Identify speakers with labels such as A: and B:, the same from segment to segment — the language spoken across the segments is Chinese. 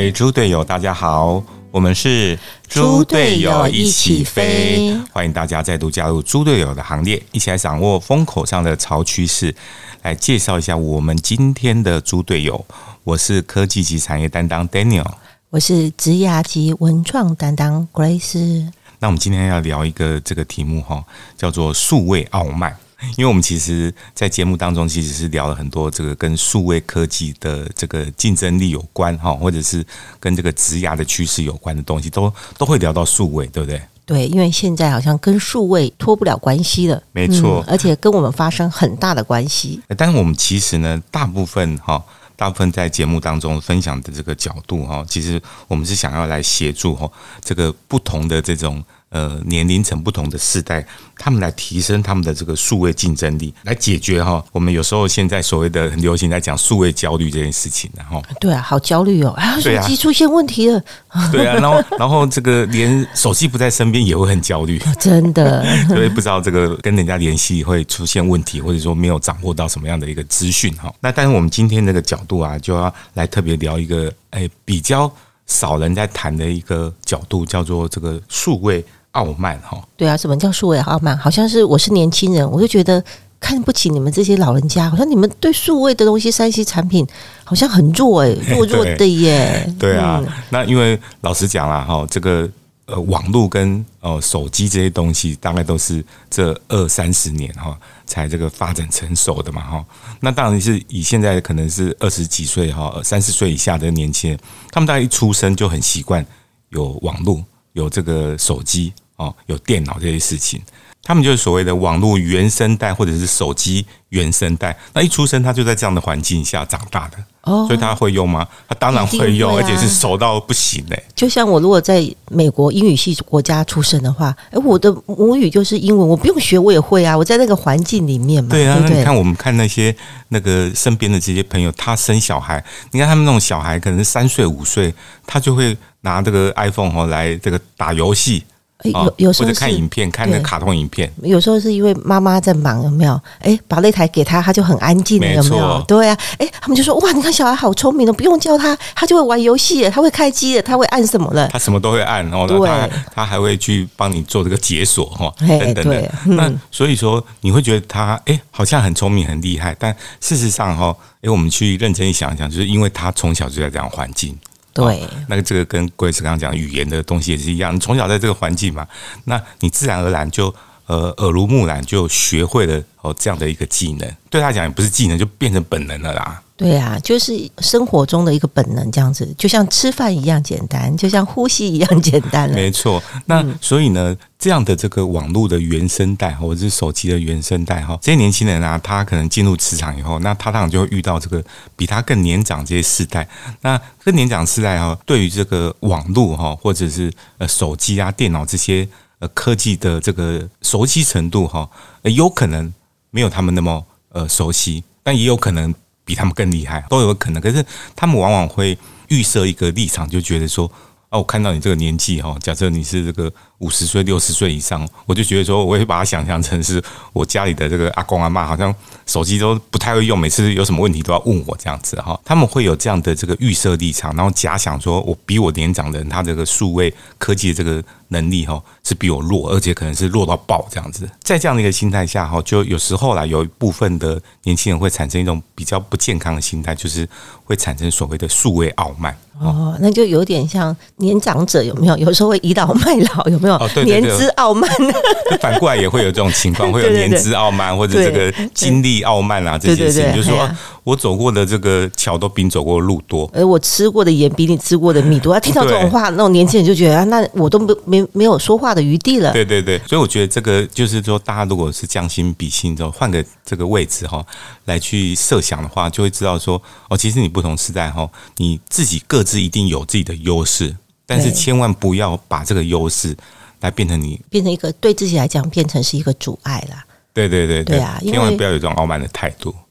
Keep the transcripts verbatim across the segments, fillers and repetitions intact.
A: 位猪队友大家好，我们是猪队友一起飞，欢迎大家再度加入猪队友的行列，一起来掌握风口上的潮趋势。来介绍一下我们今天的猪队友，我是科技及产业担当 Daniel，
B: 我是职涯及文创担当 Grace。
A: 那我们今天要聊一个这个题目叫做数位傲慢，因为我们其实在节目当中其实是聊了很多这个跟数位科技的这个竞争力有关，或者是跟这个职涯的趋势有关的东西，都都会聊到数位，对不对？
B: 对，因为现在好像跟数位脱不了关系了，
A: 没错、嗯，
B: 而且跟我们发生很大的关系。
A: 但是我们其实呢，大部分哈，大部分在节目当中分享的这个角度哈，其实我们是想要来协助哈这个不同的这种呃年龄层、不同的世代，他们来提升他们的这个数位竞争力，来解决哈我们有时候现在所谓的很流行在讲数位焦虑这件事情，然后对
B: 啊，好焦虑哦，啊，手机出现问题了，
A: 对啊，然后然后这个连手机不在身边也会很焦虑，
B: 真的，
A: 所以不知道这个跟人家联系会出现问题，或者说没有掌握到什么样的一个资讯哈。那但是我们今天这个角度啊，就要来特别聊一个哎比较少人在谈的一个角度，叫做这个数位傲慢哈。
B: 对啊，什么叫数位傲慢？好像是我是年轻人，我就觉得看不起你们这些老人家，好像你们对数位的东西、三 C 产品好像很弱哎、欸，弱弱的耶。
A: 对, 对啊、嗯，那因为老实讲啦哈，这个呃网络跟呃手机这些东西，大概都是这二三十年哈才这个发展成熟的嘛哈。那当然是以现在可能是二十几岁哈、三十岁以下的年轻人，他们大概一出生就很习惯有网络、有这个手机。哦，有电脑这些事情，他们就是所谓的网络原生代或者是手机原生代。那一出生他就在这样的环境下长大的，哦，所以他会用吗？他当然会用，会啊、而且是熟到不行嘞、欸。
B: 就像我如果在美国英语系国家出生的话，哎，我的母语就是英文，我不用学我也会啊，我在那个环境里面嘛。
A: 对啊，
B: 对不对？
A: 那你看我们看那些那个身边的这些朋友，他生小孩，你看他们那种小孩可能三岁五岁，他就会拿这个 iPhone 来这个打游戏。
B: 有有时候
A: 或者看影片，看那卡通影片，
B: 有时候是因为妈妈在忙，有没有？哎，把那台给他，他就很安静了，有没有？对啊，哎，他们就说哇，你看小孩好聪明哦，不用教他，他就会玩游戏，他会开机，他会按什么了？
A: 他什么都会按，然后他他还会去帮你做这个解锁哈，等等的。
B: 嗯、
A: 那所以说你会觉得他哎好像很聪明很厉害，但事实上哈，哎我们去认真想一想，就是因为他从小就在这样环境。
B: 对、哦，
A: 那个这个跟Grace刚刚讲语言的东西也是一样，你从小在这个环境嘛，那你自然而然就呃耳濡目染，就学会了哦这样的一个技能，对他讲也不是技能，就变成本能了啦。
B: 对啊，就是生活中的一个本能，这样子，就像吃饭一样简单，就像呼吸一样简单了。
A: 没错，那、嗯、所以呢，这样的这个网络的原生代或者是手机的原生代哈，这些年轻人啊，他可能进入职场以后，那他当然就会遇到这个比他更年长这些世代。那更年长世代哈，对于这个网络哈，或者是呃手机啊、电脑这些呃科技的这个熟悉程度哈，有可能没有他们那么呃熟悉，但也有可能比他们更厉害，都有可能。可是他们往往会预设一个立场，就觉得说，哦、啊，我看到你这个年纪哈，假设你是这个五十岁、六十岁以上，我就觉得说，我会把它想象成是我家里的这个阿公阿嬷，好像手机都不太会用，每次有什么问题都要问我这样子哈。他们会有这样的这个预设立场，然后假想说我比我年长的人，他这个数位科技的这个能力哈是比我弱，而且可能是弱到爆这样子。在这样的一个心态下哈，就有时候啦，有一部分的年轻人会产生一种比较不健康的心态，就是会产生所谓的数位傲慢。
B: 哦，那就有点像年长者有没有？有时候会倚老卖老，有没有？
A: 哦、对对对
B: 年资傲慢，
A: 反过来也会有这种情况，会有年资傲慢或者这个经历傲慢啊，这些事情，就是说、啊、我走过的这个桥都比你走过的路多，
B: 而我吃过的盐比你吃过的米多。他听到这种话，那种年轻人就觉得，啊、那我都没没有说话的余地了。
A: 对对对，所以我觉得这个就是说，大家如果是将心比心之后，换个这个位置哈，来去设想的话，就会知道说，哦，其实你不同时代哈，你自己各自一定有自己的优势，但是千万不要把这个优势来变成你
B: 变成一个对自己来讲变成是一个阻碍啦。
A: 对对对
B: 对啊，
A: 千万不要有这种傲慢的态度。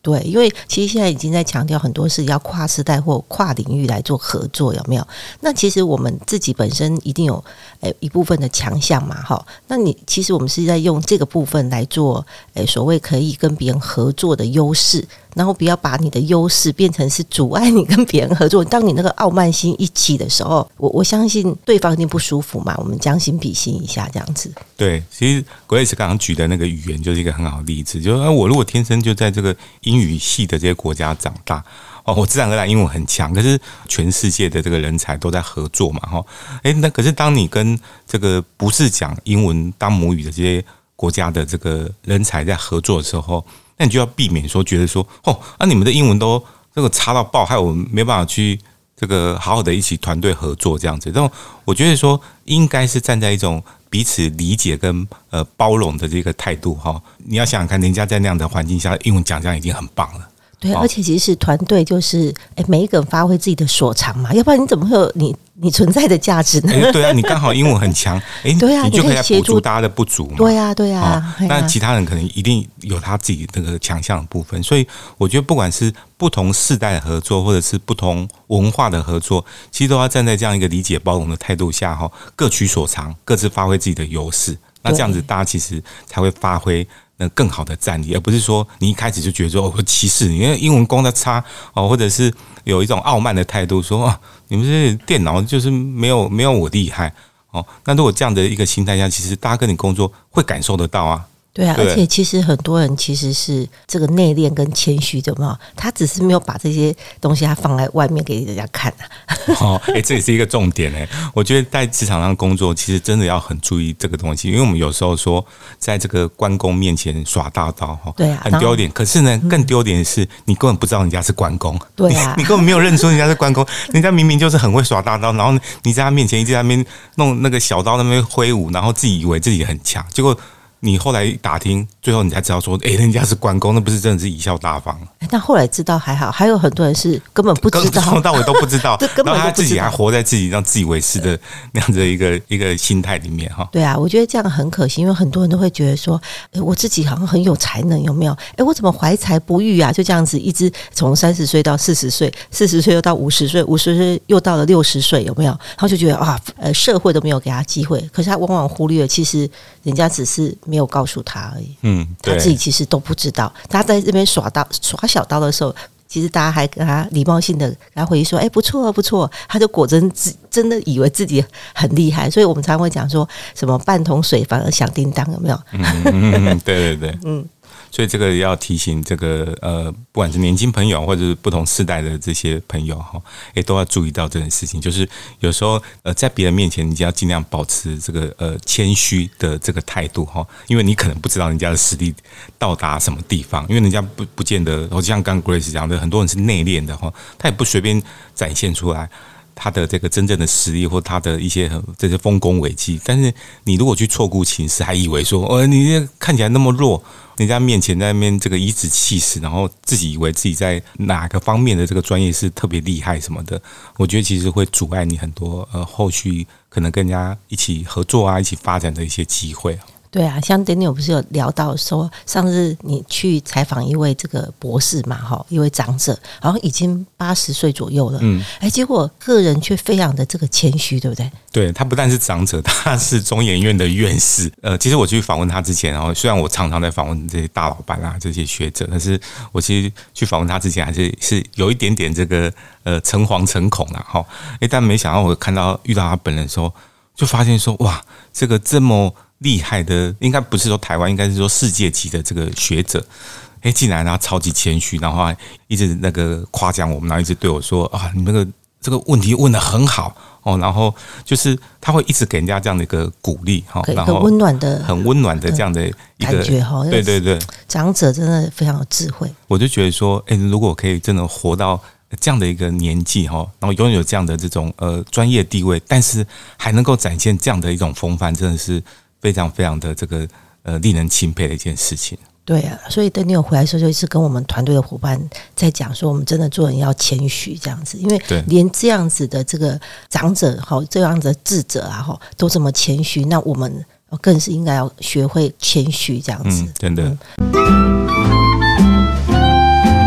B: 对，因为其实现在已经在强调很多是要跨世代或跨领域来做合作，有没有？那其实我们自己本身一定有诶一部分的强项嘛，哈。那你其实我们是在用这个部分来做诶所谓可以跟别人合作的优势，然后不要把你的优势变成是阻碍你跟别人合作。当你那个傲慢心一起的时候，我我相信对方一定不舒服嘛。我们将心比心一下，这样子。
A: 对，其实 Grace 刚刚举的那个语言就是一个很好的例子，就是、啊、我如果天生就在这个英语系的这些国家长大，哦，我自然而然英文很强，可是全世界的这个人才都在合作嘛，哈，哎，那可是当你跟这个不是讲英文当母语的这些国家的这个人才在合作的时候，那你就要避免说觉得说，哦，啊，你们的英文都这个差到爆，害我们没办法去这个好好的一起团队合作这样子。但我觉得说，应该是站在一种彼此理解跟呃包容的这个态度哈。你要想想看，人家在那样的环境下，英文讲这样已经很棒了。
B: 对，而且其实团队就是诶每一个人发挥自己的所长嘛，要不然你怎么会有你你存在的价值呢？
A: 欸、对啊，你刚好英文很强，哎、欸，
B: 对啊，
A: 你就可以来补足大家的不足嘛。
B: 对啊，对啊。
A: 哦、那其他人可能一定有他自己那个强项的部分，所以我觉得不管是不同世代的合作，或者是不同文化的合作，其实都要站在这样一个理解包容的态度下，哈，各取所长，各自发挥自己的优势。那这样子，大家其实才会发挥那更好的战力，而不是说你一开始就觉得说我歧视你，因为英文功的差哦，或者是有一种傲慢的态度，说啊，你们这电脑就是没有没有我厉害哦。那如果这样的一个心态下，其实大家跟你工作会感受得到啊。
B: 对啊，而且其实很多人其实是这个内敛跟谦虚的嘛，他只是没有把这些东西他放在外面给人家看啊。
A: 哦，哎、欸，这也是一个重点哎、欸。我觉得在职场上工作，其实真的要很注意这个东西，因为我们有时候说，在这个关公面前耍大刀，哈，
B: 对啊，
A: 很丢脸。可是呢，更丢脸的是，你根本不知道人家是关公，
B: 对啊，
A: 你，你根本没有认出人家是关公，人家明明就是很会耍大刀，然后你在他面前一直在那边弄那个小刀，那边挥舞，然后自己以为自己很强，结果。你后来打听，最后你才知道说，哎、欸，人家是关公，那不是真的是贻笑大方。
B: 那后来知道还好，还有很多人是根本不知道，
A: 从头到尾都不知道，
B: 根本
A: 然后他自己还活在自己让自以为是的那样子的一个一个心态里面哈。
B: 对啊，我觉得这样很可惜，因为很多人都会觉得说，哎，我自己好像很有才能，有没有？哎，我怎么怀才不遇啊？就这样子一直从三十岁到四十岁，四十岁又到五十岁，五十岁又到了六十岁，有没有？然后就觉得啊，呃，社会都没有给他机会，可是他往往忽略了，其实人家只是没有告诉他。
A: 嗯，
B: 他自己其实都不知道，他在这边耍刀耍小刀的时候，其实大家还跟他礼貌性的跟他回忆说：“哎、欸，不错不错。”他就果真真的以为自己很厉害，所以我们常常会讲说什么半桶水反而响叮当，有没有？
A: 嗯嗯嗯，对对对，
B: 嗯。
A: 所以这个要提醒这个呃，不管是年轻朋友或者是不同世代的这些朋友哈，也都要注意到这件事情。就是有时候呃，在别人面前，你就要尽量保持这个呃谦虚的这个态度哈，因为你可能不知道人家的实力到达什么地方，因为人家不不见得，好像刚 Grace 讲的，很多人是内敛的哈，他也不随便展现出来他的这个真正的实力或他的一些这些丰功伟绩。但是你如果去错估情势，还以为说哦，你看起来那么弱。人家面前在那边这个颐指气使，然后自己以为自己在哪个方面的这个专业是特别厉害什么的，我觉得其实会阻碍你很多呃后续可能跟人家一起合作啊、一起发展的一些机会。
B: 对啊，像 Daniel 不是有聊到说，上次你去采访一位这个博士嘛，哈，一位长者，好像已经八十岁左右了，嗯，哎，结果个人却非常的这个谦虚，对不对？
A: 对，他不但是长者，他是中研院的院士。呃，其实我去访问他之前，然后虽然我常常在访问这些大老板啊、这些学者，但是我其实去访问他之前，还是是有一点点这个呃诚惶诚恐啦，哈。哎，但没想到我看到遇到他本人的时候，就发现说，哇，这个这么厉害的，应该不是说台湾，应该是说世界级的这个学者，哎，竟然他超级谦虚，然后还一直那个夸奖我们，然后一直对我说啊，你那个这个问题问得很好哦，然后就是他会一直给人家这样的一个鼓励哈，然后
B: 很温暖的、
A: 很温暖的这样的一个
B: 感觉哈，
A: 对对对，
B: 长者真的非常有智慧。
A: 我就觉得说，哎，如果可以真的活到这样的一个年纪哈，然后拥有这样的这种呃专业地位，但是还能够展现这样的一种风范，真的是非常非常的这个呃令人钦佩的一件事情。
B: 对啊，所以等你有回来的时候，就一直跟我们团队的伙伴在讲说，我们真的做人要谦虚这样子，因为连这样子的这个长者哈，这样子的智者啊哈，都这么谦虚，那我们更是应该要学会谦虚这样子。
A: 嗯，真的。
B: 嗯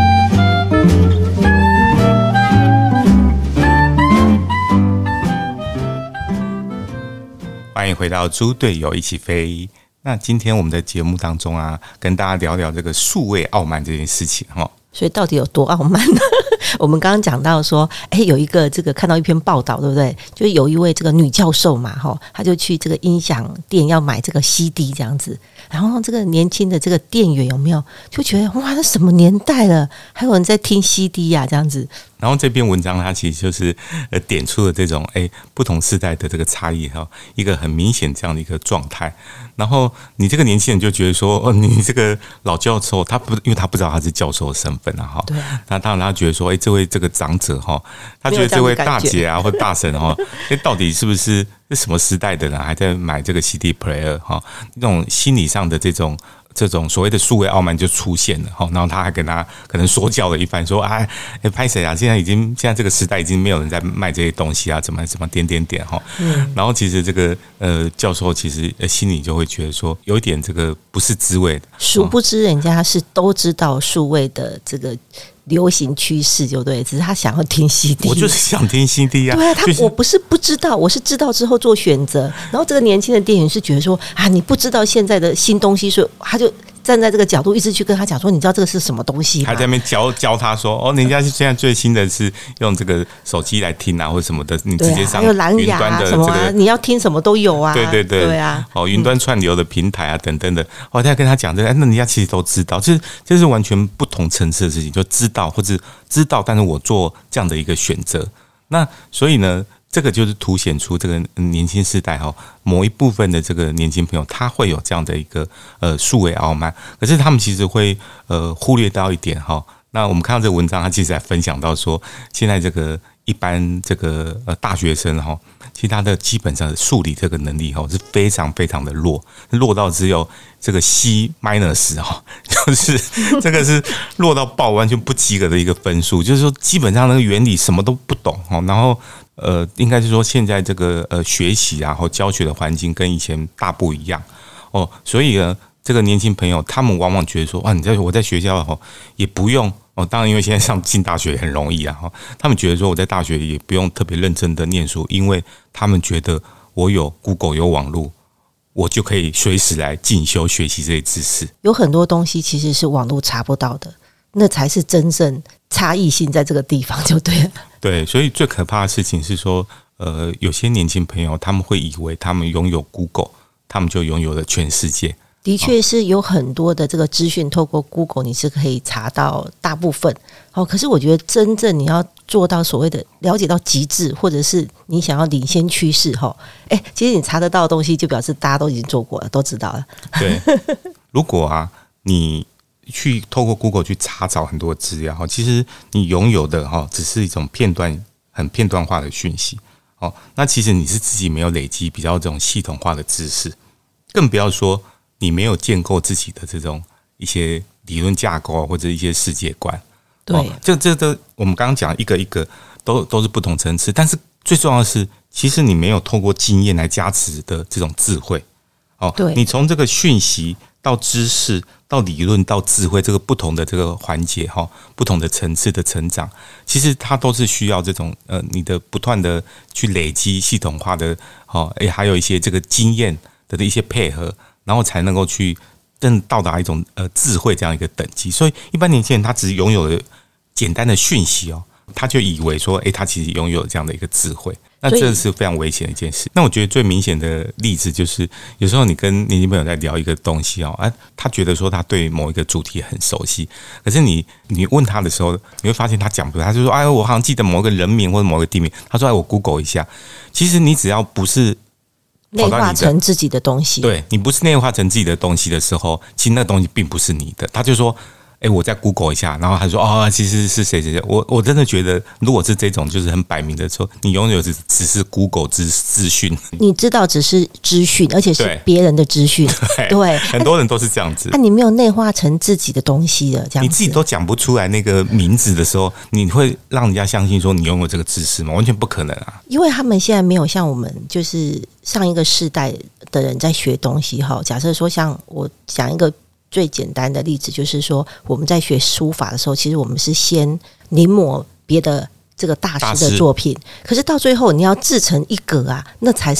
A: 欢迎回到猪队友一起飞。那今天我们的节目当中啊，跟大家聊聊这个数位傲慢这件事情哈。
B: 所以到底有多傲慢呢？我们刚刚讲到说，哎，有一个这个看到一篇报道，对不对？就是有一位这个女教授嘛，哈，她就去这个音响店要买这个 C D 这样子，然后这个年轻的这个店员有没有就觉得哇，那什么年代了，还有人在听 C D 呀、啊，这样子。
A: 然后这篇文章它其实就是呃点出了这种哎不同世代的这个差异哈，一个很明显这样的一个状态。然后你这个年轻人就觉得说，哦，你这个老教授他不，因为他不知道他是教授的身份啊哈，
B: 对啊，
A: 那当然他觉得说，哎，这位这个长者哈，他觉得这位大姐啊或大婶哈，哎，到底是不是是什么时代的人还在买这个 C D player 哈？那种心理上的这种。这种所谓的数位傲慢就出现了，然后他还跟他可能说教了一番，说哎哎拍谁啊？现在已经现在这个时代已经没有人在卖这些东西啊，怎么怎么点点点哈。嗯、然后其实这个呃教授其实心里就会觉得说有一点这个不是滋味的，
B: 殊不知人家是都知道数位的这个。流行趋势就对，只是他想要听 C D，
A: 我就是想听 C D 啊。
B: 对啊，他、就是、我不是不知道，我是知道之后做选择。然后这个年轻的店员是觉得说啊，你不知道现在的新东西，所以他就站在这个角度一直去跟他讲说，你知道这个是什么东西吗？
A: 还在那边教教他说，哦，人家现在最新的是用这个手机来听啊，或者什么的，你直接上云端的这个、
B: 啊，你要听什么都有啊。
A: 对对对，
B: 对啊，
A: 哦，云端串流的平台啊，等等的，我在跟他讲这个，那人家其实都知道，就是这是完全不同层次的事情，就知道或者知道，但是我做这样的一个选择，那所以呢？这个就是凸显出这个年轻世代哈，某一部分的这个年轻朋友，他会有这样的一个呃数位傲慢，可是他们其实会呃忽略到一点哈。那我们看到这个文章，他其实还分享到说，现在这个一般这个呃大学生哈，其实他的基本上数理这个能力哈是非常非常的弱，弱到只有这个 C minus 哈，就是这个是弱到爆，完全不及格的一个分数，就是说基本上那个原理什么都不懂哈，然后。呃，应该是说现在这个呃学习啊，或教学的环境跟以前大不一样哦，所以呢，这个年轻朋友他们往往觉得说，啊，你在我在学校哦也不用哦，当然因为现在上进大学很容易啊哈，他们觉得说我在大学也不用特别认真的念书，因为他们觉得我有 Google 有网络，我就可以随时来进修学习这些知识。
B: 有很多东西其实是网络查不到的，那才是真正差异性在这个地方就对了。
A: 对，所以最可怕的事情是说，呃，有些年轻朋友他们会以为他们拥有 Google， 他们就拥有了全世界。
B: 的确是有很多的这个资讯，透过 Google 你是可以查到大部分。哦，可是我觉得真正你要做到所谓的了解到极致，或者是你想要领先趋势，哈，哎，其实你查得到的东西，就表示大家都已经做过了，都知道了。
A: 对，如果啊，你去透过 Google 去查找很多资料，其实你拥有的哈只是一种片段、很片段化的讯息哦。那其实你是自己没有累积比较这种系统化的知识，更不要说你没有建构自己的这种一些理论架构或者一些世界观。
B: 对，
A: 哦、这这这我们刚刚讲一个一个都都是不同层次，但是最重要的是，其实你没有透过经验来加持的这种智慧哦。
B: 对，
A: 你从这个讯息到知识。到理论到智慧这个不同的这个环节哈，不同的层次的成长，其实它都是需要这种呃你的不断的去累积系统化的哦，诶还有一些这个经验的一些配合，然后才能够去更到达一种呃智慧这样一个等级。所以一般年轻人他只拥有了简单的讯息哦，他就以为说诶他其实拥有这样的一个智慧。那这是非常危险的一件事。那我觉得最明显的例子就是，有时候你跟年轻朋友在聊一个东西哦，啊，他觉得说他对某一个主题很熟悉，可是你你问他的时候，你会发现他讲不出来，他就说：“哎，我好像记得某个人名或者某个地名。”他说：“哎，我 Google 一下。”其实你只要不是
B: 内化成自己的东西，
A: 对你不是内化成自己的东西的时候，其实那个东西并不是你的。他就说。哎，我再 Google 一下，然后他说哦，其实是谁谁谁。我我真的觉得，如果是这种，就是很摆明的说，你拥有只只是 Google 资资讯，
B: 你知道只是资讯，而且是别人的资讯。
A: 对，
B: 对，
A: 很多人都是这样子。
B: 那、啊、你没有内化成自己的东西了，这样子
A: 你自己都讲不出来那个名字的时候，你会让人家相信说你拥有这个知识吗？完全不可能啊！
B: 因为他们现在没有像我们就是上一个世代的人在学东西哈。假设说，像我讲一个。最简单的例子就是说，我们在学书法的时候，其实我们是先临摹别的这个大师的作品，可是到最后你要制成一格啊，那才是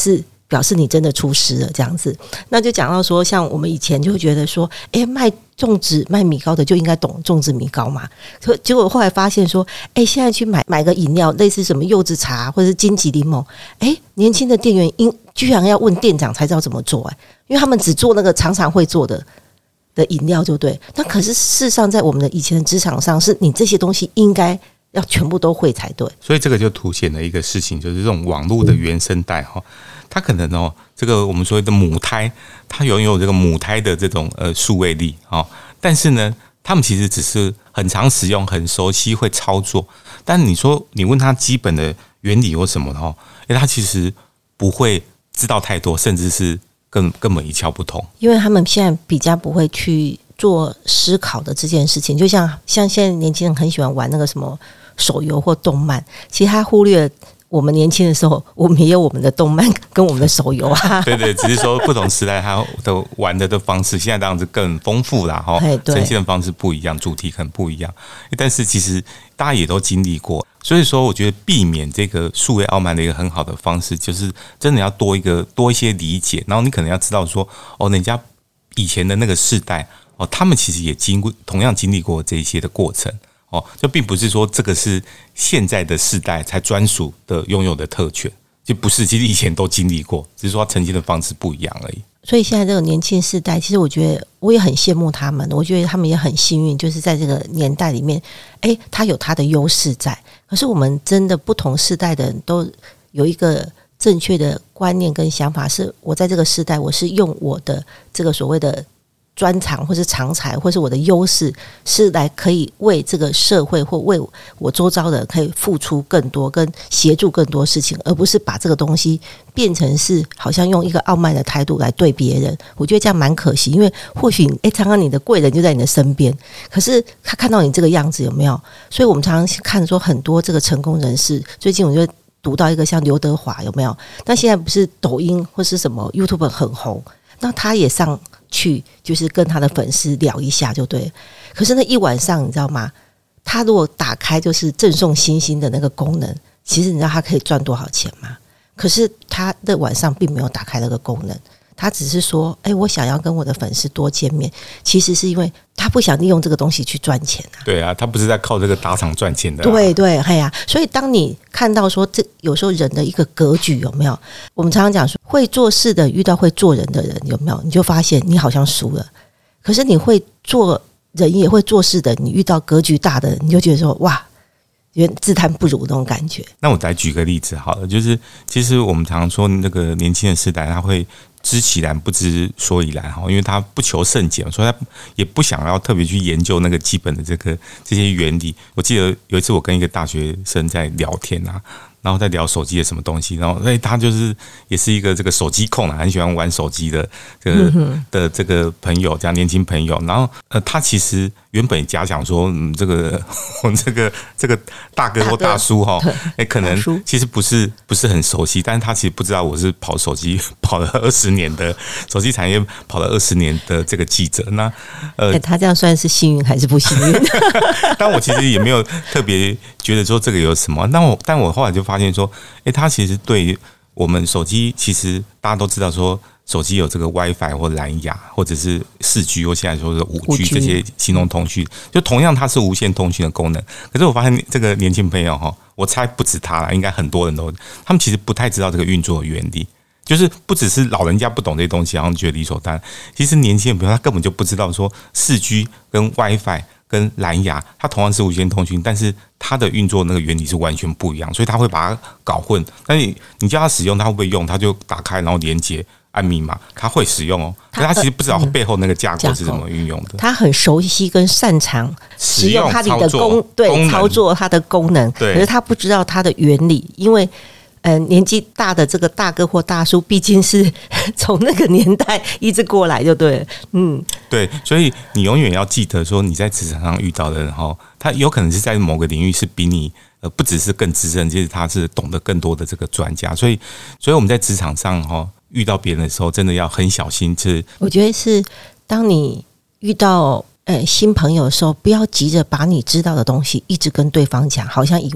B: 表示你真的出师了这样子。那就讲到说，像我们以前就会觉得说，哎，卖粽子卖米糕的就应该懂粽子米糕嘛，可结果后来发现说，哎，现在去买买个饮料，类似什么柚子茶或者是金桔柠檬，哎，年轻的店员应居然要问店长才知道怎么做，哎，因为他们只做那个常常会做的的饮料，就对。那可是事实上，在我们的以前的职场上，是你这些东西应该要全部都会才对。
A: 所以这个就凸显了一个事情，就是这种网络的原生代哈。它可能哦，这个我们所谓的母胎，它拥有这个母胎的这种呃数位力哦，但是呢，他们其实只是很常使用、很熟悉、会操作。但你说你问他基本的原理有什么哦，因为他其实不会知道太多，甚至是根根本一窍不通。因
B: 为他们现在比较不会去做思考的这件事情，就像像现在年轻人很喜欢玩那个什么手游或动漫，其实他忽略了我们年轻的时候，我们也有我们的动漫跟我们的手游啊。
A: 对对，只是说不同时代它的玩的的方式，现在当然是更丰富啦，哈，呈现的方式不一样，主题可能不一样。但是其实大家也都经历过，所以说我觉得避免这个数位傲慢的一个很好的方式，就是真的要多一个多一些理解，然后你可能要知道说，哦，人家以前的那个世代，哦，他们其实也经过同样经历过这一些的过程。哦，就并不是说这个是现在的世代才专属的拥有的特权，就不是，其实以前都经历过，只是说呈现的方式不一样而已。
B: 所以现在这个年轻世代，其实我觉得我也很羡慕他们，我觉得他们也很幸运，就是在这个年代里面，哎，他有他的优势在。可是我们真的不同世代的人都有一个正确的观念跟想法，是我在这个世代，我是用我的这个所谓的专长或是长才或是我的优势，是来可以为这个社会或为我周遭的可以付出更多跟协助更多事情，而不是把这个东西变成是好像用一个傲慢的态度来对别人。我觉得这样蛮可惜，因为或许诶常常你的贵人就在你的身边，可是他看到你这个样子有没有？所以我们常常看说很多这个成功人士，最近我就读到一个像刘德华有没有？但现在不是抖音或是什么 YouTube 很红，那他也上去就是跟他的粉丝聊一下就对了。可是那一晚上你知道吗？他如果打开就是赠送星星的那个功能，其实你知道他可以赚多少钱吗？可是他的晚上并没有打开那个功能，他只是说哎，我想要跟我的粉丝多见面，其实是因为他不想利用这个东西去赚钱啊。
A: 对啊，他不是在靠这个打场赚钱的、啊。
B: 对对，哎呀、啊，所以当你看到说这有时候人的一个格局有没有？我们常常讲说会做事的遇到会做人的人有没有？你就发现你好像输了。可是你会做人也会做事的，你遇到格局大的人，你就觉得说哇，原自叹不如那种感觉。
A: 那我再举个例子好了，就是其实我们常常说那个年轻的世代，他会知其然不知所以然，因为他不求甚解，所以他也不想要特别去研究那个基本的这个这些原理。我记得有一次我跟一个大学生在聊天啊，然后在聊手机的什么东西，然后他就是也是一个这个手机控啊，很喜欢玩手机的这个的这个朋友，这样年轻朋友。然后呃，他其实原本假想说，嗯，这个我这个这个大哥或大叔哈，哎，可能其实不是不是很熟悉，但是他其实不知道我是跑手机跑了二十年的手机产业跑了二十年的这个记者。那呃，
B: 他这样算是幸运还是不幸运？
A: 但我其实也没有特别觉得说这个有什么。但我但我后来就发现说，哎，他其实对我们手机，其实大家都知道说，手机有这个 WiFi 或蓝牙，或者是四 G 或现在说是五 G 这些行动通讯，就同样它是无线通讯的功能。可是我发现这个年轻朋友哈，我猜不止他啦，应该很多人都，他们其实不太知道这个运作的原理。就是不只是老人家不懂这些东西，好像觉得理所当然。其实年轻人，比如他根本就不知道说四 G 跟 WiFi 跟蓝牙，它同样是无线通讯，但是它的运作那个原理是完全不一样，所以他会把它搞混。但是你叫他使用，他会不会用？他就打开然后连接按密码，他会使用哦。可是他其实不知道背后那个架构是怎么运用的。
B: 他很熟悉跟擅长使用它的功对操作它的功能，可是他不知道它的原理，因为。呃，年纪大的这个大哥或大叔，毕竟是从那个年代一直过来，就对了。嗯，
A: 对，所以你永远要记得说，你在职场上遇到的人哈，他有可能是在某个领域是比你呃不只是更资深，其实他是懂得更多的这个专家。所以，所以我们在职场上哈遇到别人的时候，真的要很小心。是，
B: 我觉得是当你遇到呃新朋友的时候，不要急着把你知道的东西一直跟对方讲，好像以为。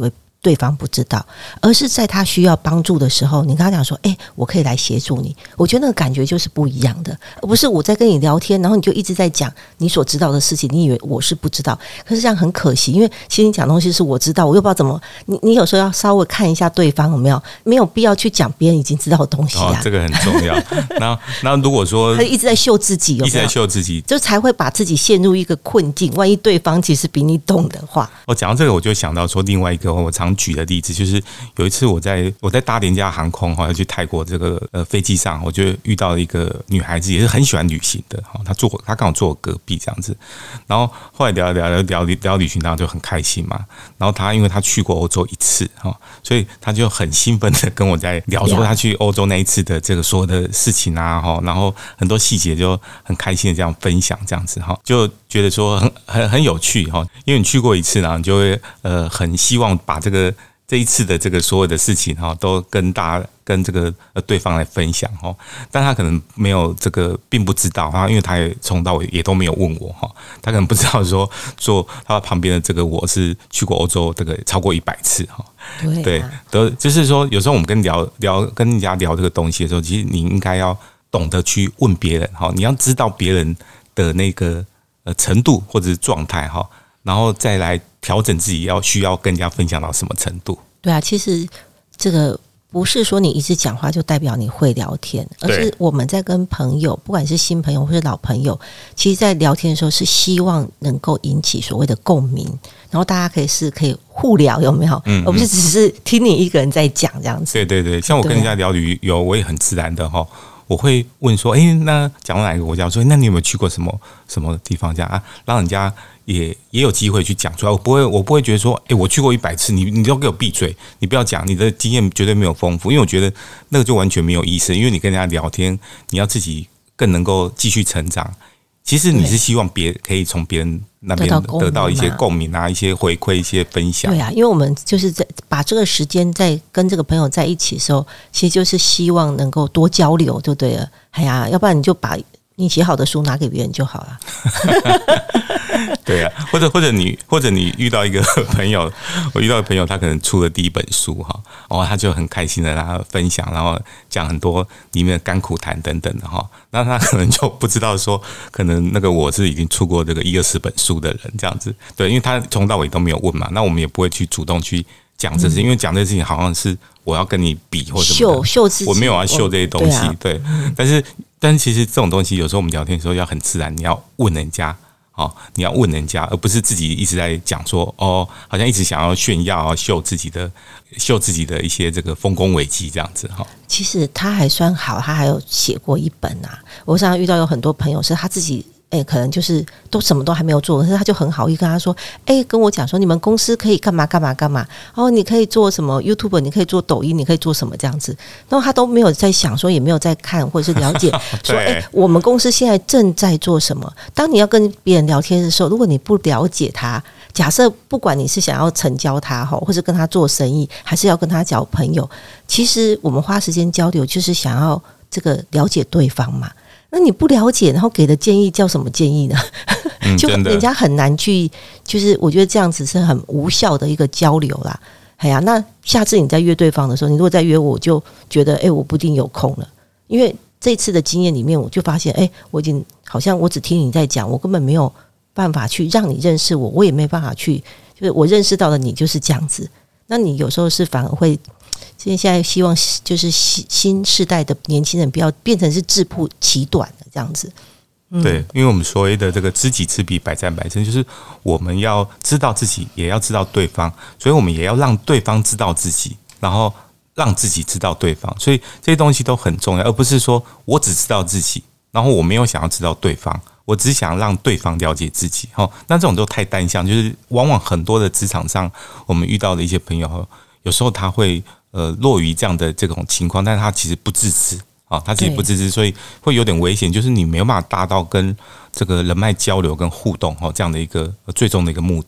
B: 对方不知道，而是在他需要帮助的时候，你跟他讲说：“哎、欸，我可以来协助你。”我觉得那个感觉就是不一样的，而不是我在跟你聊天，然后你就一直在讲你所知道的事情，你以为我是不知道，可是这样很可惜，因为其实你讲东西是我知道，我又不知道怎么，你你有时候要稍微看一下对方有没有，没有必要去讲别人已经知道的东西啊，
A: 哦、这个很重要。那那如果说
B: 他一直在秀自己有没有，
A: 一直在秀自己，
B: 就才会把自己陷入一个困境。万一对方其实比你懂的话，
A: 我讲到这个，我就想到说另外一个我常举的例子，就是有一次我在我在搭廉价航空哈，要去泰国这个呃飞机上，我就遇到了一个女孩子，也是很喜欢旅行的哈，她坐她刚好坐我隔壁这样子，然后后来聊聊聊聊聊旅行，当然就很开心嘛。然后她因为她去过欧洲一次哈，所以她就很兴奋的跟我在聊说她去欧洲那一次的这个所有的事情啊哈，然后很多细节就很开心的这样分享这样子哈，就觉得说很很很有趣哈，因为你去过一次，然后你就会呃很希望把这个这一次的这个所有的事情哈，都跟大家跟这个呃对方来分享哈，但他可能没有这个，并不知道哈，因为他也从到尾也都没有问我哈，他可能不知道说坐他旁边的这个我是去过欧洲这个超过一百次哈，
B: 对、啊，
A: 对，就是说有时候我们跟聊聊跟人家聊这个东西的时候，其实你应该要懂得去问别人哈，你要知道别人的那个呃程度或者是状态哈，然后再来调整自己要需要跟人家分享到什么程度。
B: 对啊，其实这个不是说你一直讲话就代表你会聊天，而是我们在跟朋友，不管是新朋友或是老朋友，其实在聊天的时候是希望能够引起所谓的共鸣，然后大家可以是可以互聊，有没有？嗯嗯，而不是只是听你一个人在讲这样子。
A: 对对对，像我跟人家聊旅游，我也很自然的哈。我会问说，哎、欸，那讲到哪一个国家？我说，那你有没有去过什么什么地方？这样啊，让人家也也有机会去讲出来。我不会，我不会觉得说，哎、欸，我去过一百次，你你都给我闭嘴，你不要讲，你的经验绝对没有丰富。因为我觉得那个就完全没有意思。因为你跟人家聊天，你要自己更能够继续成长。其实你是希望别可以从别人那边得到一些共鸣啊，一些回馈，一些分享。
B: 对啊，因为我们就是在把这个时间在跟这个朋友在一起的时候，其实就是希望能够多交流，就对了。哎呀，要不然你就把你写好的书拿给别人就好了。
A: 对啊，或者或者你或者你遇到一个朋友，我遇到一个朋友，他可能出了第一本书哈，哦，他就很开心的然后分享，然后讲很多里面的甘苦谈等等的哈，那他可能就不知道说，可能那个我是已经出过这个一二十本书的人这样子，对，因为他从到尾都没有问嘛，那我们也不会去主动去讲这事情，因为讲这事情好像是我要跟你比或什么的，
B: 秀秀自己，
A: 我没有要秀这些东西，对，啊、对，但是但是其实这种东西有时候我们聊天的时候要很自然，你要问人家。哦，你要问人家，而不是自己一直在讲说哦，好像一直想要炫耀啊，秀自己的秀自己的一些这个丰功伟绩这样子哈。
B: 其实他还算好，他还有写过一本啊。我常常遇到有很多朋友是他自己。哎、欸，可能就是都什么都还没有做，可是他就很好意跟他说，哎、欸，跟我讲说你们公司可以干嘛干嘛干嘛，哦，你可以做什么 YouTube， 你可以做抖音，你可以做什么这样子，然后他都没有在想说，也没有在看或者是了解说，哎、欸，我们公司现在正在做什么。当你要跟别人聊天的时候，如果你不了解他，假设不管你是想要成交他或者跟他做生意，还是要跟他交朋友，其实我们花时间交流就是想要这个了解对方嘛。那你不了解，然后给的建议叫什么建议呢？嗯、就人家很难去，就是我觉得这样子是很无效的一个交流啦。哎呀，那下次你再约对方的时候，你如果再约我，我就觉得哎、欸，我不一定有空了，因为这次的经验里面，我就发现哎、欸，我已经好像我只听你在讲，我根本没有办法去让你认识我，我也没办法去，就是我认识到的你就是这样子。那你有时候是反而会。现在希望就是新世代的年轻人不要变成是自曝其短的这样子，
A: 嗯、对，因为我们所谓的这个知己知彼，百战百胜，就是我们要知道自己，也要知道对方，所以我们也要让对方知道自己，然后让自己知道对方，所以这些东西都很重要，而不是说我只知道自己，然后我没有想要知道对方，我只想让对方了解自己。那这种都太单向，就是往往很多的职场上，我们遇到的一些朋友，有时候他会。呃，落于这样的这种情况，但是他其实不自知啊，他其实不自知，所以会有点危险，就是你没有办法达到跟这个人脉交流跟互动哈这样的一个最终的一个目的。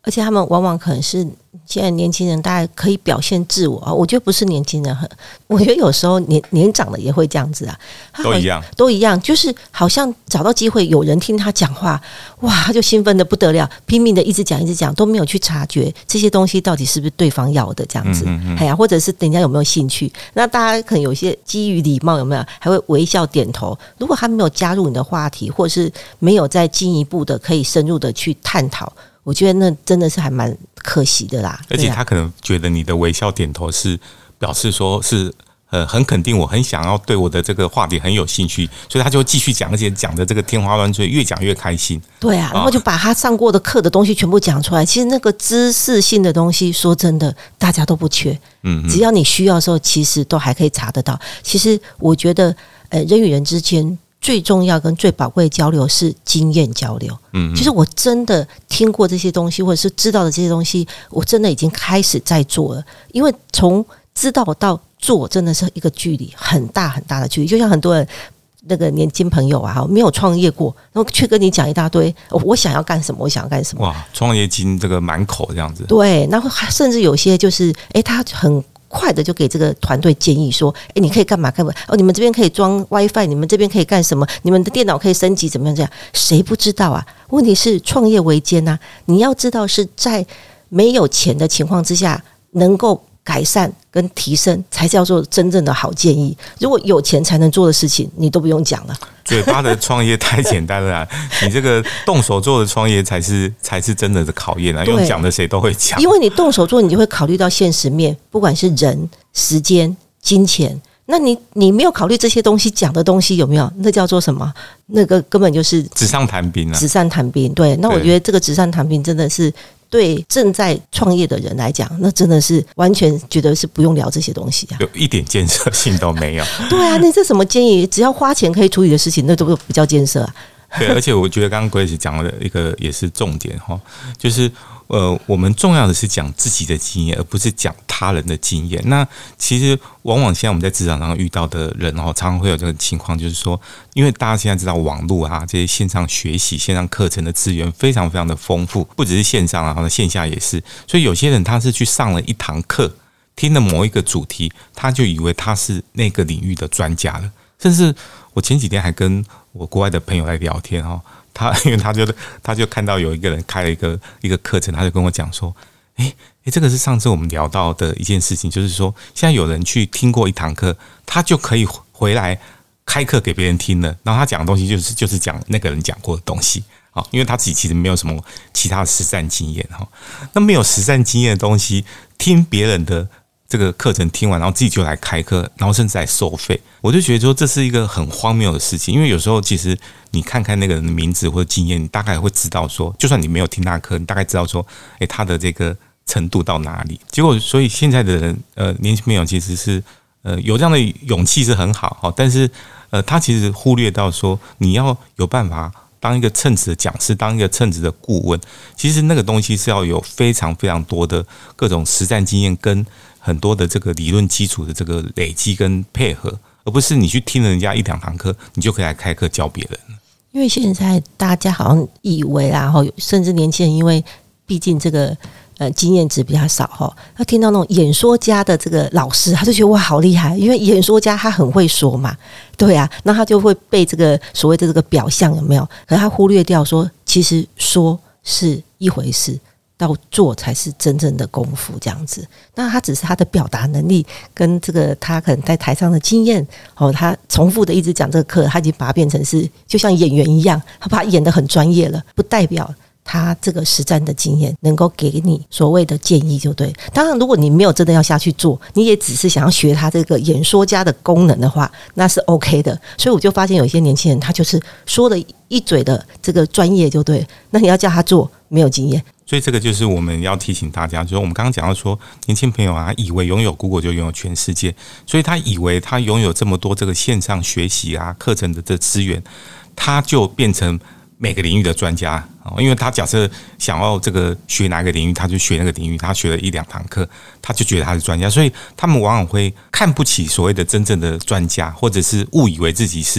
B: 而且他们往往可能是现在年轻人，大家可以表现自我啊。我觉得不是年轻人很，我觉得有时候年年长的也会这样子啊，
A: 都一样，
B: 都一样，就是好像找到机会有人听他讲话，哇，他就兴奋的不得了，拼命的一直讲一直讲，都没有去察觉这些东西到底是不是对方要的这样子，哎呀、嗯嗯嗯，或者是人家有没有兴趣？那大家可能有一些基于礼貌有没有，还会微笑点头。如果他没有加入你的话题，或者是没有再进一步的可以深入的去探讨。我觉得那真的是还蛮可惜的啦，
A: 而且他可能觉得你的微笑点头是表示说是呃很肯定，我很想要对我的这个话题很有兴趣，所以他就继续讲，而且讲的这个天花乱坠，越讲越开心。
B: 对啊，然后就把他上过的课的东西全部讲出来。其实那个知识性的东西，说真的，大家都不缺。嗯，只要你需要的时候，其实都还可以查得到。其实我觉得，呃，人与人之间。最重要跟最宝贵的交流是经验交流，嗯，就是我真的听过这些东西，或者是知道的这些东西，我真的已经开始在做了。因为从知道到做，真的是一个距离很大很大的距离。就像很多人那个年轻朋友啊，没有创业过，然后却跟你讲一大堆，我想要干什么，我想要干什么，
A: 哇，创业金这个满口这样子。
B: 对，然后甚至有些就是，哎，他很。快的就给这个团队建议说，哎，你可以干嘛干嘛？哦，你们这边可以装 WiFi， 你们这边可以干什么？你们的电脑可以升级，怎么样？这样谁不知道啊？问题是创业维艰啊，你要知道是在没有钱的情况之下，能够改善跟提升，才叫做真正的好建议。如果有钱才能做的事情，你都不用讲了。
A: 嘴巴的创业太简单了啦，你这个动手做的创业才是才是真的的考验啊！用讲的谁都会讲，
B: 因为你动手做，你就会考虑到现实面，不管是人、时间、金钱。那你你没有考虑这些东西，讲的东西有没有？那叫做什么？那个根本就是
A: 纸上谈兵啊！
B: 纸上谈兵。对，那我觉得这个纸上谈兵真的是。对正在创业的人来讲，那真的是完全觉得是不用聊这些东西啊，
A: 有一点建设性都没有。
B: 对啊，那这什么建议？只要花钱可以处理的事情，那都不叫建设啊。
A: 对，而且我觉得刚刚 Grace 讲的一个也是重点哈，就是呃，我们重要的是讲自己的经验，而不是讲他人的经验。那其实往往现在我们在职场上遇到的人哦，常常会有这个情况，就是说，因为大家现在知道网络啊，这些线上学习、线上课程的资源非常非常的丰富，不只是线上啊，线下也是。所以有些人他是去上了一堂课，听了某一个主题，他就以为他是那个领域的专家了。甚至我前几天还跟我国外的朋友来聊天哦，他因为他就他就看到有一个人开了一个一个课程，他就跟我讲说，诶诶，这个是上次我们聊到的一件事情，就是说现在有人去听过一堂课，他就可以回来开课给别人听了，然后他讲的东西就是就是讲那个人讲过的东西。因为他自己其实没有什么其他的实战经验，那没有实战经验的东西，听别人的这个课程听完，然后自己就来开课，然后甚至来收费，我就觉得说这是一个很荒谬的事情。因为有时候其实你看看那个人的名字或者经验，你大概会知道说，就算你没有听他的课，你大概知道说，诶，他的这个程度到哪里。结果，所以现在的人，呃，年轻朋友其实是呃有这样的勇气是很好，但是呃，他其实忽略到说，你要有办法当一个称职的讲师，当一个称职的顾问，其实那个东西是要有非常非常多的各种实战经验跟很多的这个理论基础的这个累积跟配合，而不是你去听人家一两堂课，你就可以来开课教别人。
B: 因为现在大家好像以为啦，甚至年轻人，因为毕竟这个呃经验值比较少哈，他听到那种演说家的这个老师，他就觉得哇好厉害，因为演说家他很会说嘛，对啊，那他就会被这个所谓的这个表象有没有？可是他忽略掉说，其实说是一回事。到做才是真正的功夫，这样子。那他只是他的表达能力跟这个他可能在台上的经验哦，他重复的一直讲这个课，他已经把它变成是就像演员一样，他把它演得很专业了，不代表他这个实战的经验能够给你所谓的建议就对。当然如果你没有真的要下去做，你也只是想要学他这个演说家的功能的话，那是 OK 的。所以我就发现有一些年轻人他就是说了一嘴的这个专业就对，那你要叫他做没有经验。
A: 所以这个就是我们要提醒大家，就是我们刚刚讲到说，年轻朋友啊，以为拥有 Google 就拥有全世界，所以他以为他拥有这么多这个线上学习啊课程的这资源，他就变成每个领域的专家。因为他假设想要这个学哪个领域，他就学那个领域，他学了一两堂课，他就觉得他是专家，所以他们往往会看不起所谓的真正的专家，或者是误以为自己是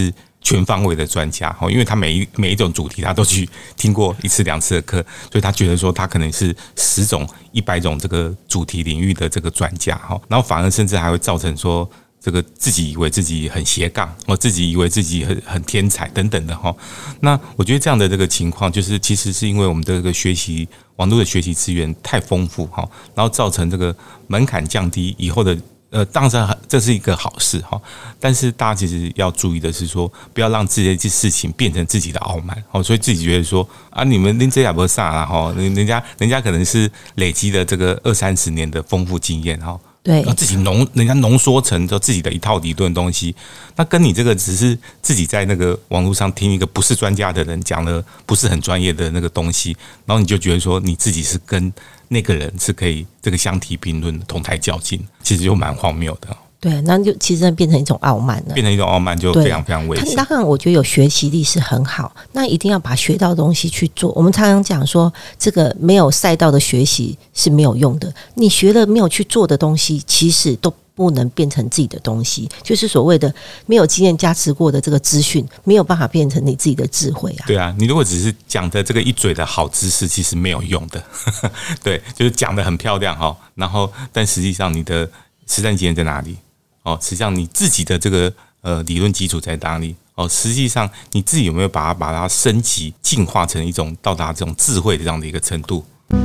A: 全方位的专家，因为他每一每一种主题他都去听过一次两次的课，所以他觉得说他可能是十种一百种这个主题领域的这个专家，然后反而甚至还会造成说这个自己以为自己很斜杠，我自己以为自己很很天才等等的哈。那我觉得这样的这个情况，就是其实是因为我们的这个学习网络的学习资源太丰富哈，然后造成这个门槛降低以后的。呃，当然这是一个好事哈，但是大家其实要注意的是说，不要让这些事情变成自己的傲慢哦，所以自己觉得说啊，你们拎这也不啥啦哈，人家人家可能是累积了这个二三十年的丰富经验哈。
B: 对，
A: 自己浓人家浓缩成就自己的一套理论东西，那跟你这个只是自己在那个网络上听一个不是专家的人讲了不是很专业的那个东西，然后你就觉得说你自己是跟那个人是可以这个相提并论的同台较劲，其实就蛮荒谬的。
B: 对，那就其实变成一种傲慢了，
A: 变成一种傲慢就非常非常危险。
B: 当然，我觉得有学习力是很好，那一定要把学到的东西去做。我们常常讲说，这个没有赛道的学习是没有用的。你学了没有去做的东西，其实都不能变成自己的东西，就是所谓的没有经验加持过的这个资讯，没有办法变成你自己的智慧啊。
A: 对啊，你如果只是讲的这个一嘴的好知识，其实没有用的。对，就是讲的很漂亮哈，然后但实际上你的实战经验在哪里？哦，实际上你自己的这个呃理论基础在哪里？哦，实际上你自己有没有把它把它升级、进化成一种到达这种智慧的这样的一个程度？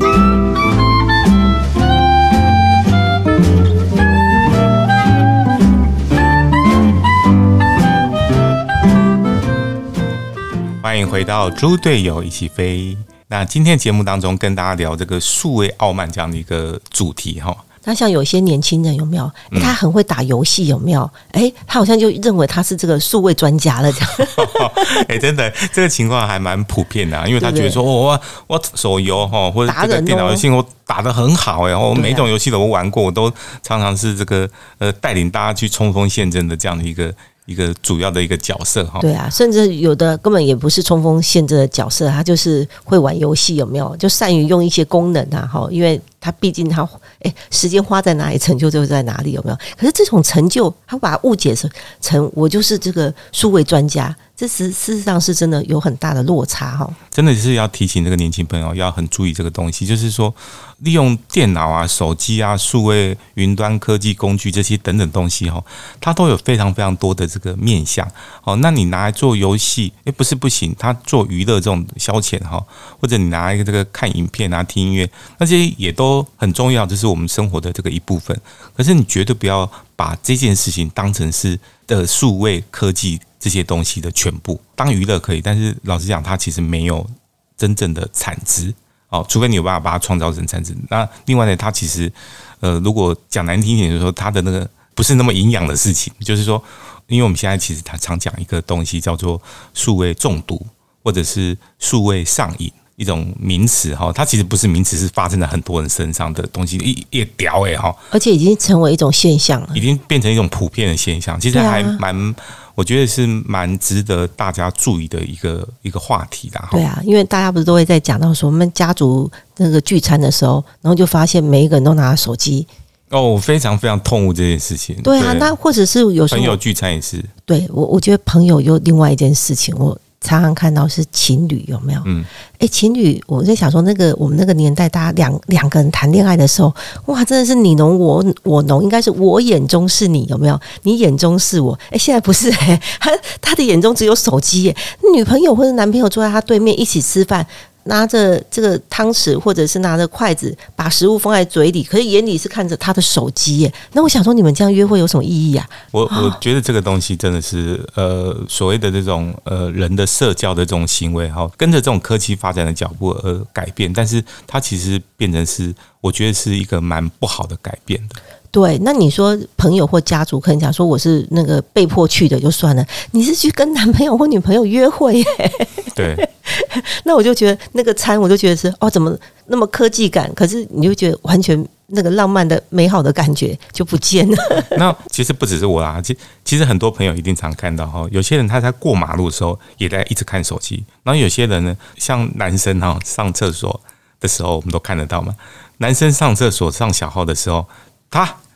A: 欢迎回到猪队友一起飞。那今天节目当中跟大家聊这个数位傲慢这样的一个主题哈。
B: 那像有些年轻人有没有？欸、他很会打游戏，有没有？哎、欸，他好像就认为他是这个数位专家了，这样。
A: 哎、欸，真的，这个情况还蛮普遍的、啊，因为他觉得说，我、哦、我手游哈，或者这个电脑游戏我打得很好哎，我每一种游戏都玩过，我都常常是这个呃带领大家去冲锋陷阵的这样的一个。一个主要的一个角色哈，
B: 对啊，甚至有的根本也不是冲锋陷阵的角色，他就是会玩游戏，有没有？就善于用一些功能啊，哈，因为他毕竟他哎，时间花在哪里，成就就在哪里，有没有？可是这种成就，他把它误解成成我就是这个数位专家，这事事实上是真的有很大的落差哈。
A: 真的是要提醒这个年轻朋友要很注意这个东西，就是说利用电脑啊、手机啊、数位云端科技工具这些等等东西哈，它都有非常非常多的这个面向。哦，那你拿来做游戏，哎，不是不行，它做娱乐这种消遣哈，或者你拿一个这个看影片啊、听音乐，那些也都很重要，这是我们生活的这个一部分。可是你绝对不要把这件事情当成是的数位科技这些东西的全部。当娱乐可以，但是老实讲，它其实没有真正的产值。哦，除非你有办法把它创造成产值。那另外呢，它其实呃，如果讲难听一点，就是说它的那个不是那么营养的事情，就是说，因为我们现在其实他常讲一个东西叫做数位中毒，或者是数位上瘾。一种名词哈，它其实不是名词，是发生在很多人身上的东西，一一屌哎哈，
B: 而且已经成为一种现象了，
A: 已经变成一种普遍的现象。其实还蛮，啊、我觉得是蛮值得大家注意的一个一个话题的。
B: 对啊，因为大家不是都会在讲到说，我们家族那个聚餐的时候，然后就发现每一个人都拿手机。
A: 哦，我非常非常痛恶这件事情。
B: 对啊，对，那或者是有时候
A: 朋友聚餐也是。
B: 对我，我觉得朋友有另外一件事情，我常常看到是情侣有没有？嗯，哎、欸，情侣，我在想说，那个我们那个年代，大家两两个人谈恋爱的时候，哇，真的是你侬我我侬，应该是我眼中是你，有没有？你眼中是我。哎、欸，现在不是哎、欸，他他的眼中只有手机耶。女朋友或者男朋友坐在他对面一起吃饭，拿着这个汤匙或者是拿着筷子，把食物放在嘴里，可是眼里是看着他的手机耶。那我想说，你们这样约会有什么意义啊？
A: 我我觉得这个东西真的是呃所谓的这种呃人的社交的这种行为哈，跟着这种科技发展的脚步而改变，但是它其实变成是我觉得是一个蛮不好的改变的。
B: 对，那你说朋友或家族可能讲说我是那个被迫去的就算了，你是去跟男朋友或女朋友约会耶？
A: 对。
B: 那我就觉得那个餐，我就觉得是哦，怎么那么科技感？可是你就觉得完全那个浪漫的、美好的感觉就不见了。
A: 那其实不只是我啦，其其实很多朋友一定常看到哈，有些人他在过马路的时候也在一直看手机，然后有些人呢，像男生哈上厕所的时候，我们都看得到嘛。男生上厕所上小号的时候，他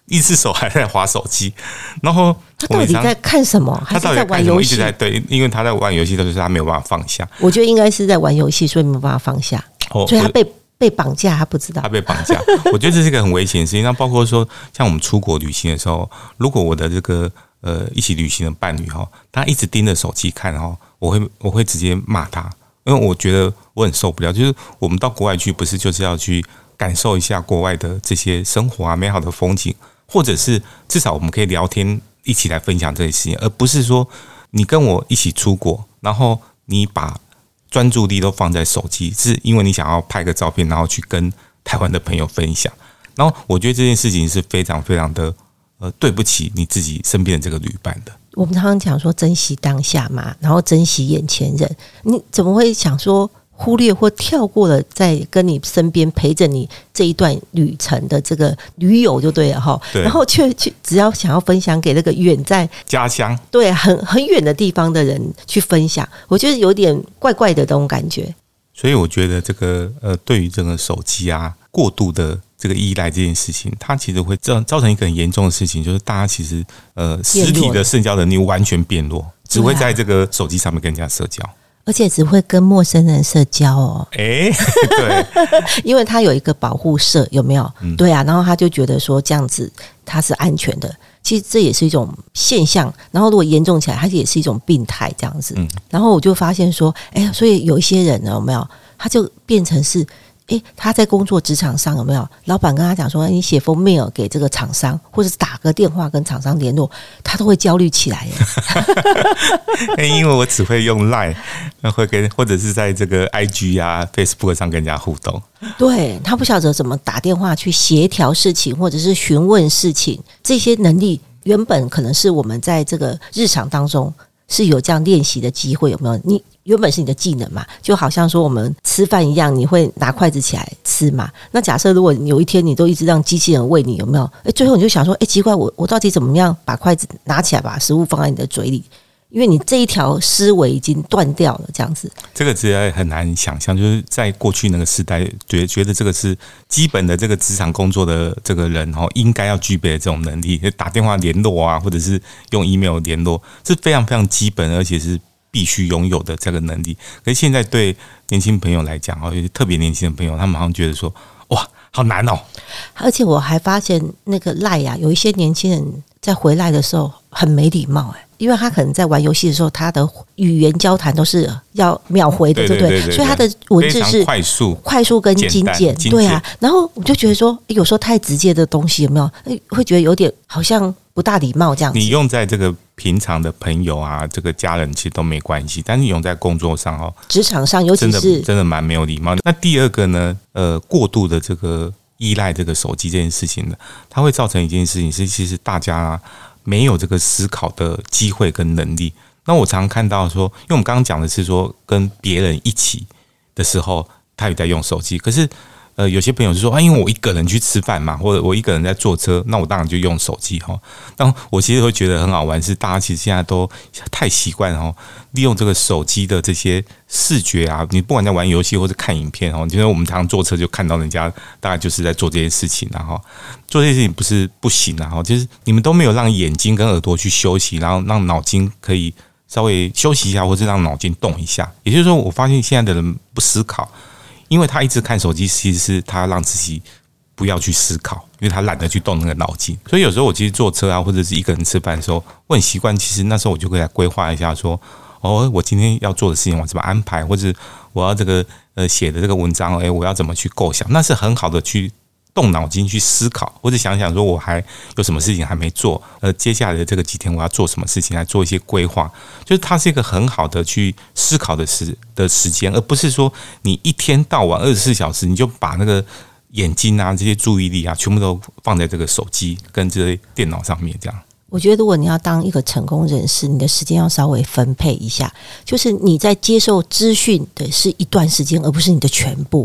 A: 一只手还在滑手机，然后
B: 他到底在看什么？还是在玩游戏？
A: 一直在对，因为他在玩游戏，就是他没有办法放下。
B: 我觉得应该是在玩游戏，所以没有办法放下，哦、所以他被被绑架，他不知道
A: 他被绑架。我觉得这是一个很危险的事情。那包括说，像我们出国旅行的时候，如果我的这个呃一起旅行的伴侣哈，他一直盯着手机看哈，我会我会直接骂他，因为我觉得我很受不了。就是我们到国外去，不是就是要去感受一下国外的这些生活啊、美好的风景。或者是至少我们可以聊天，一起来分享这些事情，而不是说你跟我一起出国，然后你把专注力都放在手机，是因为你想要拍个照片，然后去跟台湾的朋友分享。然后我觉得这件事情是非常非常的呃对不起你自己身边的这个旅伴的。
B: 我们常常讲说珍惜当下嘛，然后珍惜眼前人，你怎么会想说忽略或跳过了在跟你身边陪着你这一段旅程的这个驴友就对了哈，然后却去只要想要分享给那个远在
A: 家乡
B: 对很很远的地方的人去分享，我觉得有点怪怪的这种感觉。
A: 所以我觉得这个呃，对于这个手机啊过度的这个依赖这件事情，它其实会造造成一个很严重的事情，就是大家其实呃实体的社交能力完全变弱，只会在这个手机上面跟人家社交。
B: 而且只会跟陌生人社交哦，
A: 哎、欸，对，
B: 因为他有一个保护色，有没有？嗯、对啊，然后他就觉得说这样子他是安全的，其实这也是一种现象。然后如果严重起来，它也是一种病态这样子。嗯、然后我就发现说，哎、欸，所以有一些人呢，有没有？他就变成是。诶，他在工作职场上有没有老板跟他讲说，你写封 mail 给这个厂商，或者是打个电话跟厂商联络，他都会焦虑起来耶。
A: 因为我只会用 Line， 会跟或者是在这个 I G 啊 Facebook 上跟人家互动。
B: 对，他不晓得怎么打电话去协调事情，或者是询问事情，这些能力原本可能是我们在这个日常当中是有这样练习的机会，有没有？你原本是你的技能嘛，就好像说我们吃饭一样，你会拿筷子起来吃嘛。那假设如果有一天你都一直让机器人喂你，有没有？诶，最后你就想说，诶，奇怪，我我到底怎么样把筷子拿起来，把食物放在你的嘴里？因为你这一条思维已经断掉了，这样子。
A: 这个实在很难想象，就是在过去那个时代，觉觉得这个是基本的这个职场工作的这个人哦，应该要具备的这种能力，打电话联络啊，或者是用 email 联络，是非常非常基本，而且是必须拥有的这个能力。可是现在对年轻朋友来讲，尤其特别年轻的朋友，他们好像觉得说，哇，好难哦。
B: 而且我还发现那个赖啊，有一些年轻人在回来的时候很没礼貌哎、欸。因为他可能在玩游戏的时候，他的语言交谈都是要秒回的，对不 对, 对, 对, 对？所以他的文字是
A: 快速、
B: 快速跟精简，对啊。然后我就觉得说，有时候太直接的东西有没有？会觉得有点好像不大礼貌这样子。
A: 你用在这个平常的朋友啊，这个家人其实都没关系，但是你用在工作上哦，
B: 职场上尤其是
A: 真的真的蛮没有礼貌的。那第二个呢，呃，过度的这个依赖这个手机这件事情呢，它会造成一件事情是，其实大家啊。没有这个思考的机会跟能力。那我常常看到说，因为我们刚刚讲的是说跟别人一起的时候，他也在用手机。可是，呃，有些朋友就说啊，因为我一个人去吃饭嘛，或者我一个人在坐车，那我当然就用手机哈。但我其实会觉得很好玩，是大家其实现在都太习惯哦，利用这个手机的这些视觉啊，你不管在玩游戏或者看影片哦，因为我们常常坐车就看到人家大概就是在做这些事情，然后做这些事情不是不行啊，哈，就是你们都没有让眼睛跟耳朵去休息，然后让脑筋可以稍微休息一下，或者让脑筋动一下。也就是说，我发现现在的人不思考。因为他一直看手机，其实是他让自己不要去思考，因为他懒得去动那个脑筋。所以有时候我其实坐车啊，或者是一个人吃饭的时候，我很习惯。其实那时候我就会来规划一下，说哦，我今天要做的事情我怎么安排，或者我要这个呃写的这个文章，哎，我要怎么去构想，那是很好的去动脑筋去思考，或者想想说我还有什么事情还没做，呃，接下来的这个几天我要做什么事情，来做一些规划。就是它是一个很好的去思考的时的时间，而不是说你一天到晚二十四小时你就把那个眼睛啊这些注意力啊全部都放在这个手机跟这些电脑上面这样。
B: 我觉得如果你要当一个成功人士，你的时间要稍微分配一下，就是你在接受资讯的是一段时间，而不是你的全部。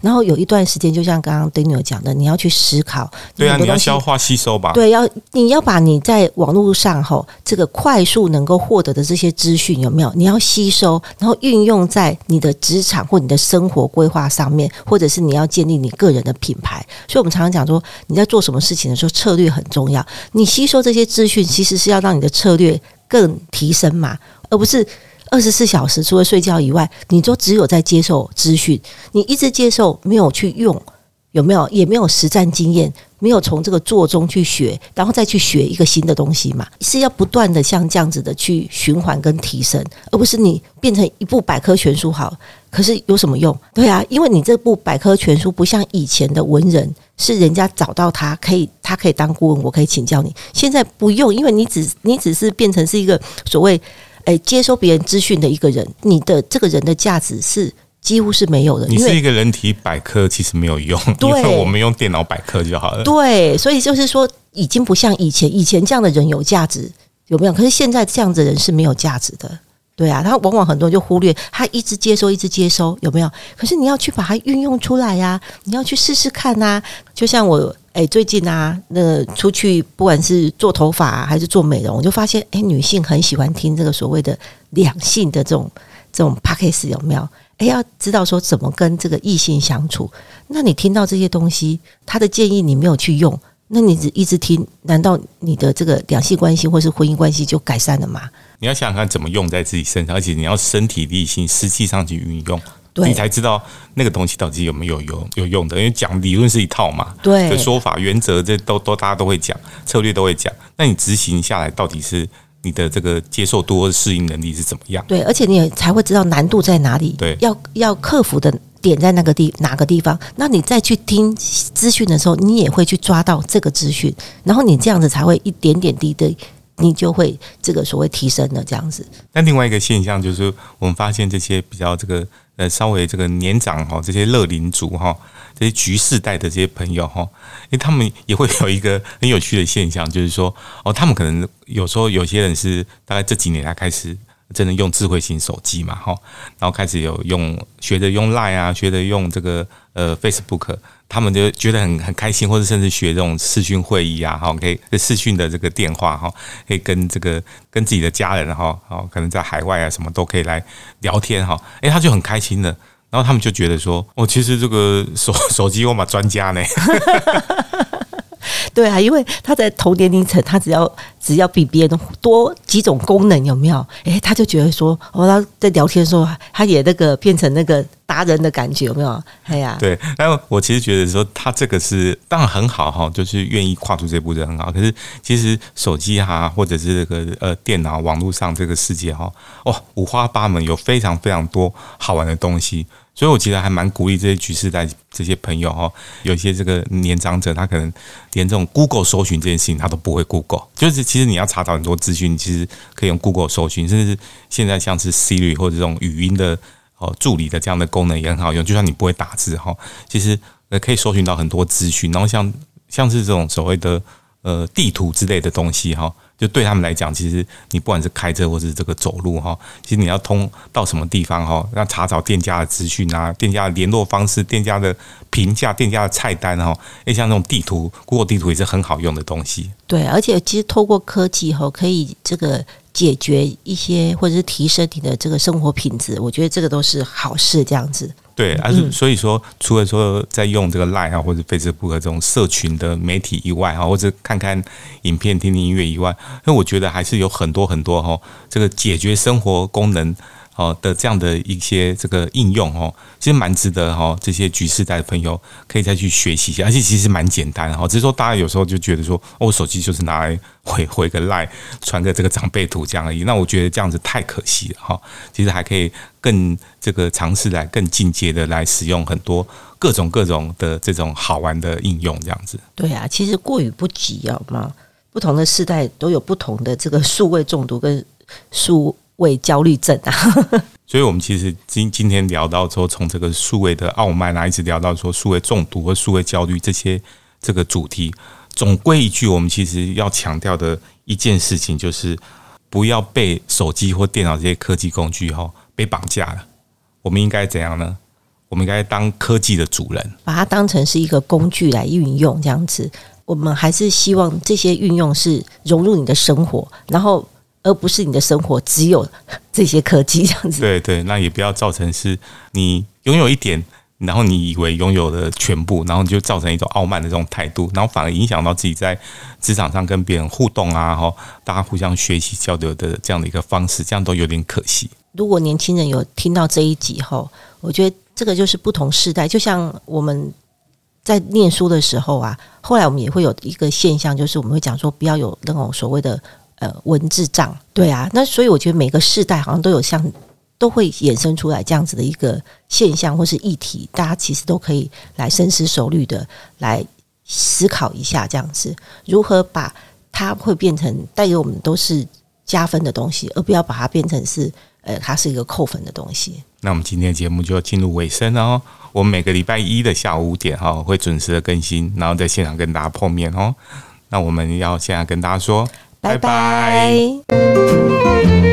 B: 然后有一段时间，就像刚刚 Daniel 讲的，你要去思考，
A: 对啊，你要消化吸收吧，
B: 对，要你要把你在网络上吼这个快速能够获得的这些资讯有没有？你要吸收，然后运用在你的职场或你的生活规划上面，或者是你要建立你个人的品牌。所以我们常常讲说，你在做什么事情的时候，策略很重要。你吸收这些资讯，其实是要让你的策略更提升嘛，而不是二十四小时除了睡觉以外，你就只有在接受资讯，你一直接受没有去用，有没有？也没有实战经验，没有从这个做中去学，然后再去学一个新的东西嘛，是要不断的像这样子的去循环跟提升，而不是你变成一部百科全书好，可是有什么用？对啊，因为你这部百科全书不像以前的文人，是人家找到他可以，他可以当顾问，我可以请教你。现在不用，因为你只你只是变成是一个所谓。诶，接收别人资讯的一个人，你的这个人的价值是几乎是没有的。
A: 你是一个人体百科，其实没有用，因为我们用电脑百科就好了。
B: 对，所以就是说，已经不像以前，以前这样的人有价值，有没有？可是现在这样子的人是没有价值的。对啊，他往往很多人就忽略，他一直接收，一直接收，有没有？可是你要去把它运用出来呀、啊，你要去试试看啊。就像我。哎，最近啊，那出去不管是做头发、啊、还是做美容，我就发现，哎，女性很喜欢听这个所谓的两性的这种这种 podcast 有没有？哎，要知道说怎么跟这个异性相处。那你听到这些东西，他的建议你没有去用，那你只一直听，难道你的这个两性关系或是婚姻关系就改善了吗？
A: 你要想想看怎么用在自己身上，而且你要身体力行，实际上去运用。你才知道那个东西到底有没有用有用的，因为讲理论是一套嘛，
B: 对，
A: 的说法、原则这都都大家都会讲，策略都会讲。那你执行下来，到底是你的这个接受度或适应能力是怎么样？
B: 对，而且你也才会知道难度在哪里，
A: 对，
B: 要要克服的点在那个地哪个地方。那你再去听资讯的时候，你也会去抓到这个资讯，然后你这样子才会一点点滴的。你就会这个所谓提升了这样子。
A: 那另外一个现象就是，我们发现这些比较这个呃稍微这个年长哈，这些乐龄族哈，这些局世代的这些朋友哈，因为他们也会有一个很有趣的现象，就是说哦，他们可能有时候有些人是大概这几年才开始真的用智慧型手机嘛哈，然后开始有用学着用 Line 啊，学着用这个呃 Facebook。他们就觉得很很开心，或者甚至学这种视讯会议啊，哈，可以视讯的这个电话哈，可以跟这个跟自己的家人哈，哦，可能在海外啊什么都可以来聊天哈，哎，他就很开心的，然后他们就觉得说，哦，其实这个手手机我嘛专家呢。
B: 对啊，因为他在同年龄层，他只要只要比别人多几种功能，有没有？哎，他就觉得说，哦，他在聊天的时候，他也那个变成那个达人的感觉，有没有？哎呀，
A: 对。但我其实觉得说，他这个是当然很好哈，就是愿意跨出这步是很好。可是其实手机哈，或者是这个呃电脑网络上这个世界哈，哇，五花八门，有非常非常多好玩的东西。所以我其实还蛮鼓励这些局世代这些朋友哈，有一些这个年长者，他可能连这种 Google 搜寻这件事情他都不会 Google， 就是其实你要查找很多资讯，其实可以用 Google 搜寻，甚至是现在像是 Siri 或者这种语音的哦助理的这样的功能也很好用，就算你不会打字哈，其实呃可以搜寻到很多资讯，然后像像是这种所谓的呃地图之类的东西哈。就对他们来讲，其实你不管是开车或是这个走路哈，其实你要通到什么地方哈，要查找店家的资讯啊，店家的联络方式、店家的评价、店家的菜单哈，诶，像这种地图 ，Google 地图也是很好用的东西。
B: 对，而且其实透过科技哈，可以这个解决一些或者是提升你的这个生活品质，我觉得这个都是好事，这样子。
A: 对，而、啊、所以说，除了说在用这个 Line 啊或者 Facebook 这种社群的媒体以外哈，或者看看影片、听听音乐以外，因为我觉得还是有很多很多哈，这个解决生活功能哦的这样的一些这个应用哦，其实蛮值得哈，这些局世代的朋友可以再去学习一下，而且其实蛮简单哈，只是说大家有时候就觉得说，哦，我手机就是拿来回回个 Line 传个这个长辈图这样而已，那我觉得这样子太可惜了哈，其实还可以更这个尝试来更进阶的来使用很多各种各种的这种好玩的应用这样子。
B: 对啊，其实过于不及啊嘛，不同的世代都有不同的这个数位中毒跟数位焦虑症啊。
A: 所以我们其实今今天聊到说，从这个数位的傲慢啊，一直聊到说数位中毒和数位焦虑这些这个主题，总归一句，我们其实要强调的一件事情就是，不要被手机或电脑这些科技工具哈被绑架了。我们应该怎样呢？ 我们应该当科技的主人，
B: 把它当成是一个工具来运用，这样子。我们还是希望这些运用是融入你的生活，然后而不是你的生活只有这些科技这样子。
A: 对对，那也不要造成是你拥有一点，然后你以为拥有了全部，然后就造成一种傲慢的这种态度，然后反而影响到自己在职场上跟别人互动啊，大家互相学习交流的这样的一个方式，这样都有点可惜。
B: 如果年轻人有听到这一集后，我觉得这个就是不同世代，就像我们在念书的时候啊，后来我们也会有一个现象，就是我们会讲说不要有那种所谓的呃文字障，对啊，那所以我觉得每个世代好像都有像都会衍生出来这样子的一个现象或是议题，大家其实都可以来深思熟虑的来思考一下，这样子如何把它会变成带给我们都是加分的东西，而不要把它变成是呃它是一个扣分的东西。
A: 那我们今天的节目就进入尾声了哦。我们每个礼拜一的下午五点哈会准时的更新，然后在现场跟大家碰面哦。那我们要现在跟大家说，拜拜。
B: 拜拜。